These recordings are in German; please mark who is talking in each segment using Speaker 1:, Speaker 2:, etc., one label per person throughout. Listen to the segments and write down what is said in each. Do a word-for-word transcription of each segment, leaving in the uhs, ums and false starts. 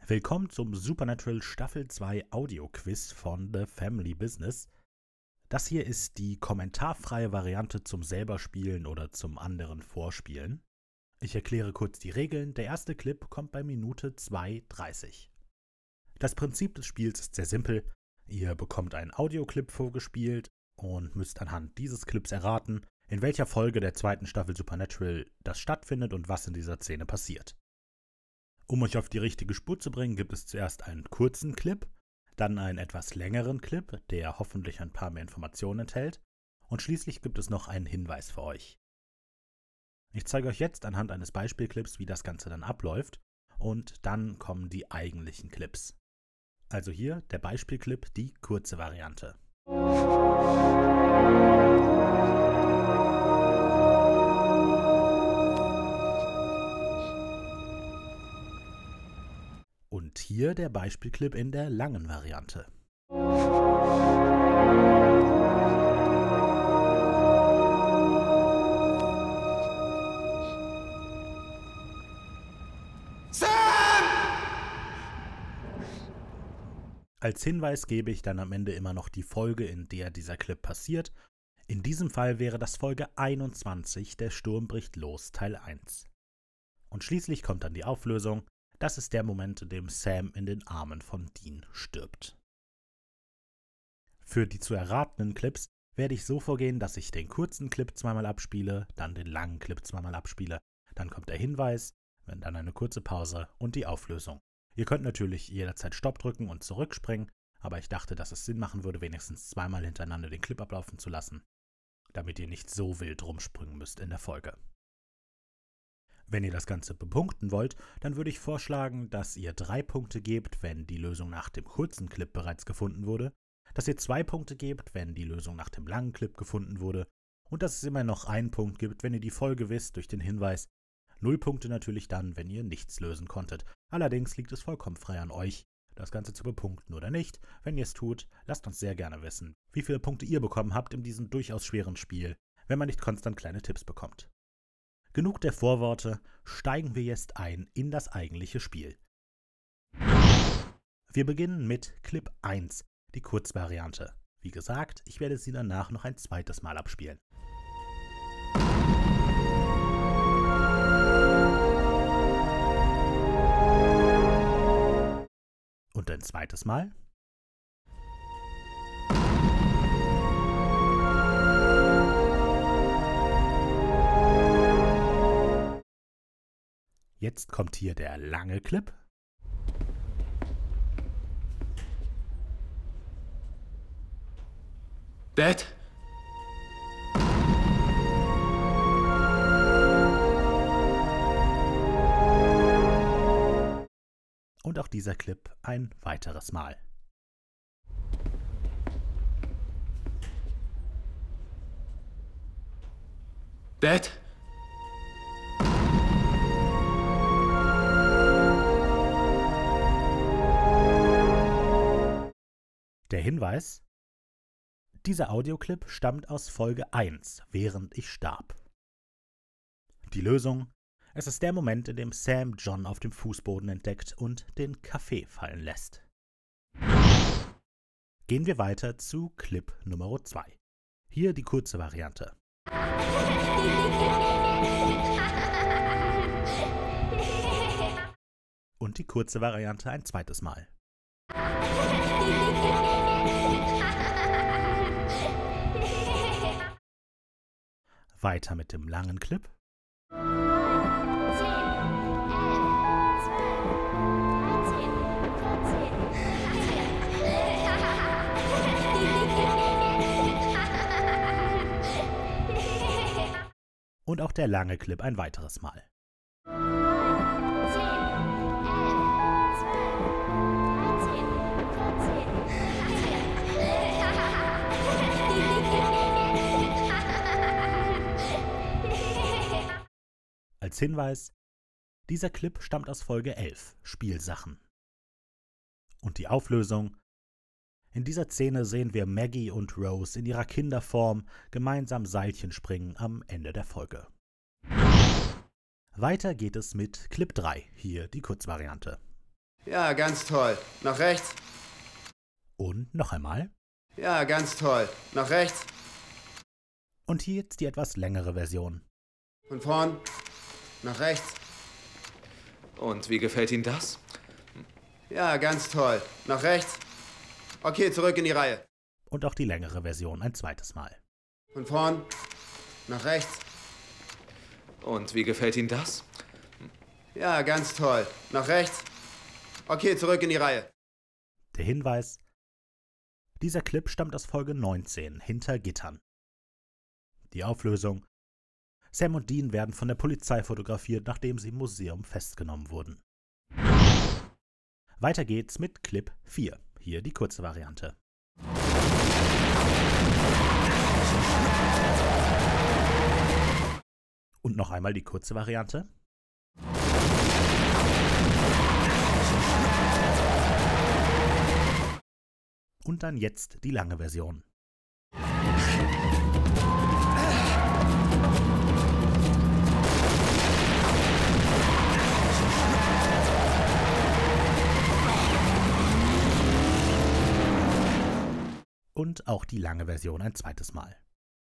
Speaker 1: Willkommen zum Supernatural Staffel zwei Audio-Quiz von The Family Business. Das hier ist die kommentarfreie Variante zum selber spielen oder zum anderen vorspielen. Ich erkläre kurz die Regeln. Der erste Clip kommt bei Minute zwei dreißig. Das Prinzip des Spiels ist sehr simpel. Ihr bekommt einen Audioclip vorgespielt und müsst anhand dieses Clips erraten, in welcher Folge der zweiten Staffel Supernatural das stattfindet und was in dieser Szene passiert. Um euch auf die richtige Spur zu bringen, gibt es zuerst einen kurzen Clip, dann einen etwas längeren Clip, der hoffentlich ein paar mehr Informationen enthält, und schließlich gibt es noch einen Hinweis für euch. Ich zeige euch jetzt anhand eines Beispielclips, wie das Ganze dann abläuft, und dann kommen die eigentlichen Clips. Also hier der Beispielclip, die kurze Variante. Und hier der Beispielclip in der langen Variante. Als Hinweis gebe ich dann am Ende immer noch die Folge, in der dieser Clip passiert. In diesem Fall wäre das Folge einundzwanzig, der Sturm bricht los, Teil eins. Und schließlich kommt dann die Auflösung. Das ist der Moment, in dem Sam in den Armen von Dean stirbt. Für die zu erratenden Clips werde ich so vorgehen, dass ich den kurzen Clip zweimal abspiele, dann den langen Clip zweimal abspiele, dann kommt der Hinweis, wenn dann eine kurze Pause und die Auflösung. Ihr könnt natürlich jederzeit Stopp drücken und zurückspringen, aber ich dachte, dass es Sinn machen würde, wenigstens zweimal hintereinander den Clip ablaufen zu lassen, damit ihr nicht so wild rumspringen müsst in der Folge. Wenn ihr das Ganze bepunkten wollt, dann würde ich vorschlagen, dass ihr drei Punkte gebt, wenn die Lösung nach dem kurzen Clip bereits gefunden wurde, dass ihr zwei Punkte gebt, wenn die Lösung nach dem langen Clip gefunden wurde und dass es immer noch einen Punkt gibt, wenn ihr die Folge wisst durch den Hinweis. Null Punkte natürlich dann, wenn ihr nichts lösen konntet. Allerdings liegt es vollkommen frei an euch, das Ganze zu bepunkten oder nicht. Wenn ihr es tut, lasst uns sehr gerne wissen, wie viele Punkte ihr bekommen habt in diesem durchaus schweren Spiel, wenn man nicht konstant kleine Tipps bekommt. Genug der Vorworte, steigen wir jetzt ein in das eigentliche Spiel. Wir beginnen mit Clip eins, die Kurzvariante. Wie gesagt, ich werde sie danach noch ein zweites Mal abspielen. Und ein zweites Mal. Jetzt kommt hier der lange Clip.
Speaker 2: Dad?
Speaker 1: Und auch dieser Clip ein weiteres Mal.
Speaker 2: Dad?
Speaker 1: Der Hinweis: Dieser Audioclip stammt aus Folge eins, während ich starb. Die Lösung: Es ist der Moment, in dem Sam John auf dem Fußboden entdeckt und den Kaffee fallen lässt. Gehen wir weiter zu Clip Nummer zwei. Hier die kurze Variante. Und die kurze Variante ein zweites Mal. Weiter mit dem langen Clip. Und auch der lange Clip ein weiteres Mal. Als Hinweis: Dieser Clip stammt aus Folge elf, Spielsachen. Und die Auflösung: In dieser Szene sehen wir Maggie und Rose in ihrer Kinderform gemeinsam Seilchen springen am Ende der Folge. Weiter geht es mit Clip drei, hier die Kurzvariante.
Speaker 3: Ja, ganz toll. Nach rechts.
Speaker 1: Und noch einmal.
Speaker 3: Ja, ganz toll. Nach rechts.
Speaker 1: Und hier jetzt die etwas längere Version.
Speaker 3: Von vorn. Nach rechts.
Speaker 2: Und wie gefällt Ihnen das?
Speaker 3: Ja, ganz toll. Nach rechts. Okay, zurück in die Reihe.
Speaker 1: Und auch die längere Version ein zweites Mal.
Speaker 3: Von vorn. Nach rechts.
Speaker 2: Und wie gefällt Ihnen das?
Speaker 3: Ja, ganz toll. Nach rechts. Okay, zurück in die Reihe.
Speaker 1: Der Hinweis: Dieser Clip stammt aus Folge neunzehn, Hinter Gittern. Die Auflösung: Sam und Dean werden von der Polizei fotografiert, nachdem sie im Museum festgenommen wurden. Weiter geht's mit Clip vier. Hier die kurze Variante. Und noch einmal die kurze Variante. Und dann jetzt die lange Version. Und auch die lange Version ein zweites Mal.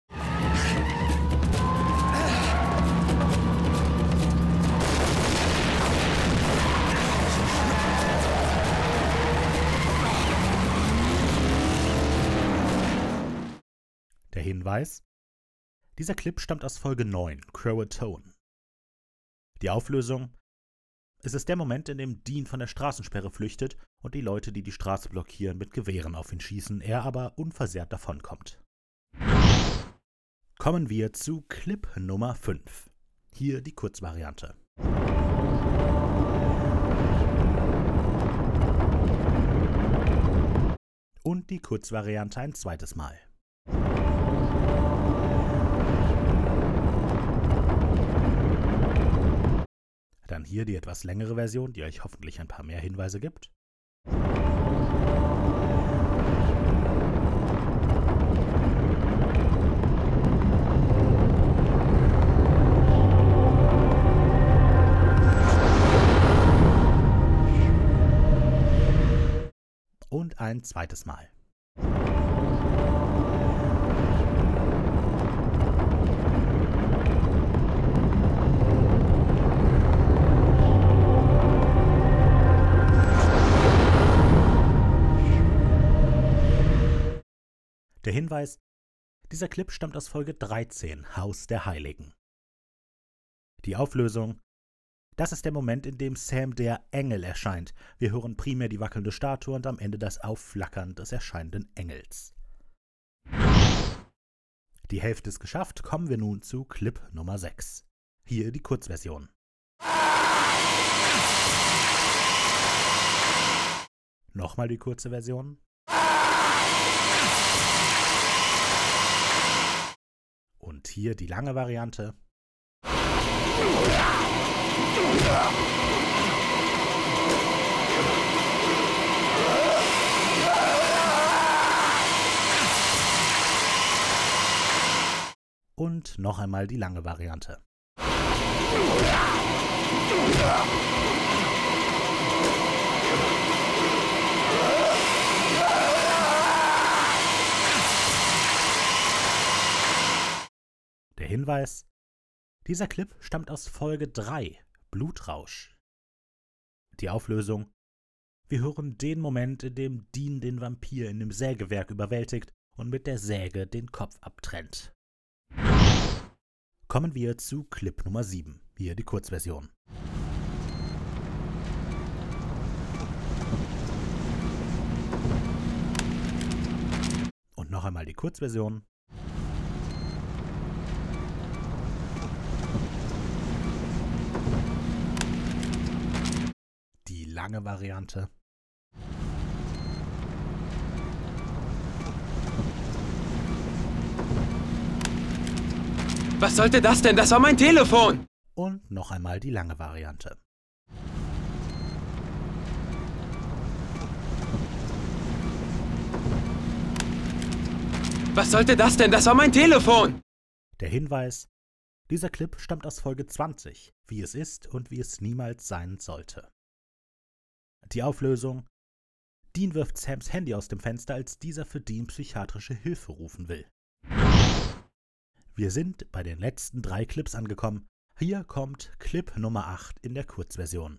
Speaker 1: Der Hinweis: Dieser Clip stammt aus Folge neun, Croatoan. Die Auflösung: Es ist der Moment, in dem Dean von der Straßensperre flüchtet und die Leute, die die Straße blockieren, mit Gewehren auf ihn schießen, er aber unversehrt davonkommt. Kommen wir zu Clip Nummer fünf. Hier die Kurzvariante. Und die Kurzvariante ein zweites Mal. Dann hier die etwas längere Version, die euch hoffentlich ein paar mehr Hinweise gibt. Und ein zweites Mal. Der Hinweis: Dieser Clip stammt aus Folge dreizehn, Haus der Heiligen. Die Auflösung: Das ist der Moment, in dem Sam der Engel erscheint. Wir hören primär die wackelnde Statue und am Ende das Aufflackern des erscheinenden Engels. Die Hälfte ist geschafft, kommen wir nun zu Clip Nummer sechs. Hier die Kurzversion. Nochmal die kurze Version. Und hier die lange Variante. Und noch einmal die lange Variante. Der Hinweis: Dieser Clip stammt aus Folge drei, Blutrausch. Die Auflösung: Wir hören den Moment, in dem Dean den Vampir in dem Sägewerk überwältigt und mit der Säge den Kopf abtrennt. Kommen wir zu Clip Nummer sieben, hier die Kurzversion. Und noch einmal die Kurzversion. Die lange Variante.
Speaker 2: Was sollte das denn? Das war mein Telefon!
Speaker 1: Und noch einmal die lange Variante.
Speaker 2: Was sollte das denn? Das war mein Telefon!
Speaker 1: Der Hinweis: Dieser Clip stammt aus Folge zwanzig, wie es ist und wie es niemals sein sollte. Die Auflösung: Dean wirft Sams Handy aus dem Fenster, als dieser für Dean psychiatrische Hilfe rufen will. Wir sind bei den letzten drei Clips angekommen. Hier kommt Clip Nummer acht in der Kurzversion.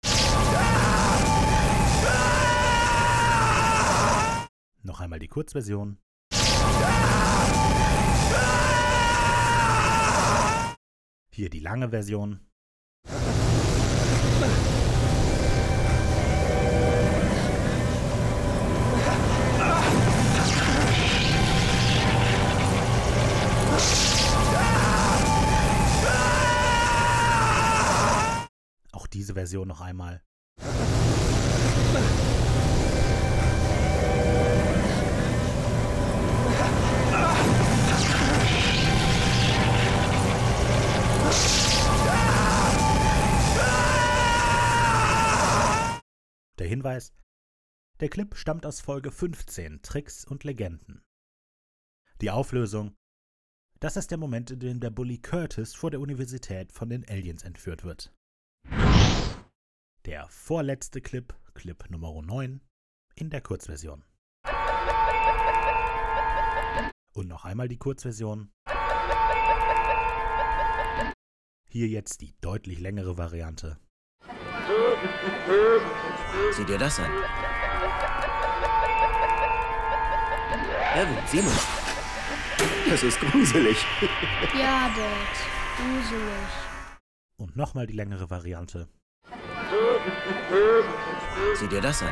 Speaker 1: Noch einmal die Kurzversion. Hier die lange Version. Auch diese Version noch einmal. Der Hinweis: Der Clip stammt aus Folge fünfzehn, Tricks und Legenden. Die Auflösung: Das ist der Moment, in dem der Bully Curtis vor der Universität von den Aliens entführt wird. Der vorletzte Clip, Clip Nummer neun, in der Kurzversion. Und noch einmal die Kurzversion. Hier jetzt die deutlich längere Variante.
Speaker 4: Sieh dir das an. Evan, sieh mal. Das ist gruselig.
Speaker 5: Ja, Dad. Gruselig.
Speaker 1: Und nochmal die längere Variante.
Speaker 4: Sieh dir das an.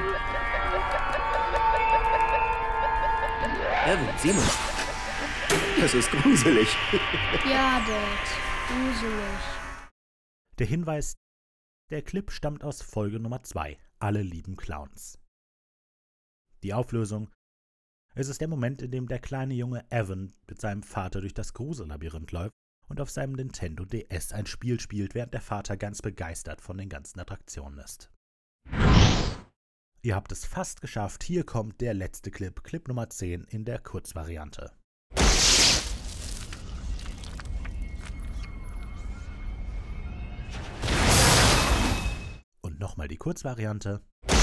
Speaker 4: Evan, sieh mal. Das ist gruselig.
Speaker 5: Ja, Dad. Gruselig.
Speaker 1: Der Hinweis: Der Clip stammt aus Folge Nummer zwei, Alle lieben Clowns. Die Auflösung: Es ist der Moment, in dem der kleine Junge Evan mit seinem Vater durch das Grusellabyrinth läuft und auf seinem Nintendo D S ein Spiel spielt, während der Vater ganz begeistert von den ganzen Attraktionen ist. Ihr habt es fast geschafft. Hier kommt der letzte Clip, Clip Nummer zehn in der Kurzvariante. Und nochmal die Kurzvariante.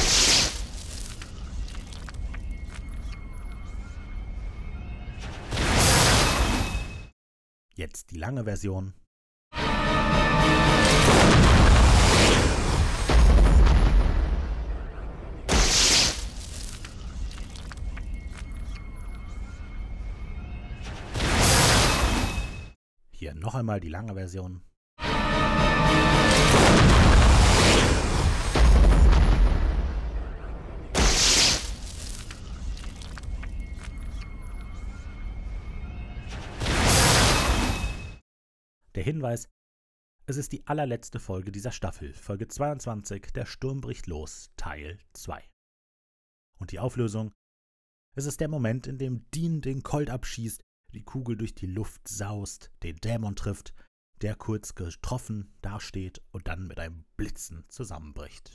Speaker 1: Jetzt die lange Version. Hier noch einmal die lange Version. Der Hinweis: Es ist die allerletzte Folge dieser Staffel, Folge zweiundzwanzig, Der Sturm bricht los, Teil zwei. Und die Auflösung: Es ist der Moment, in dem Dean den Colt abschießt, die Kugel durch die Luft saust, den Dämon trifft, der kurz getroffen dasteht und dann mit einem Blitzen zusammenbricht.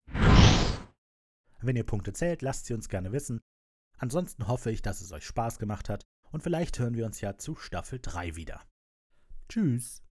Speaker 1: Wenn ihr Punkte zählt, lasst sie uns gerne wissen. Ansonsten hoffe ich, dass es euch Spaß gemacht hat und vielleicht hören wir uns ja zu Staffel drei wieder. Tschüss.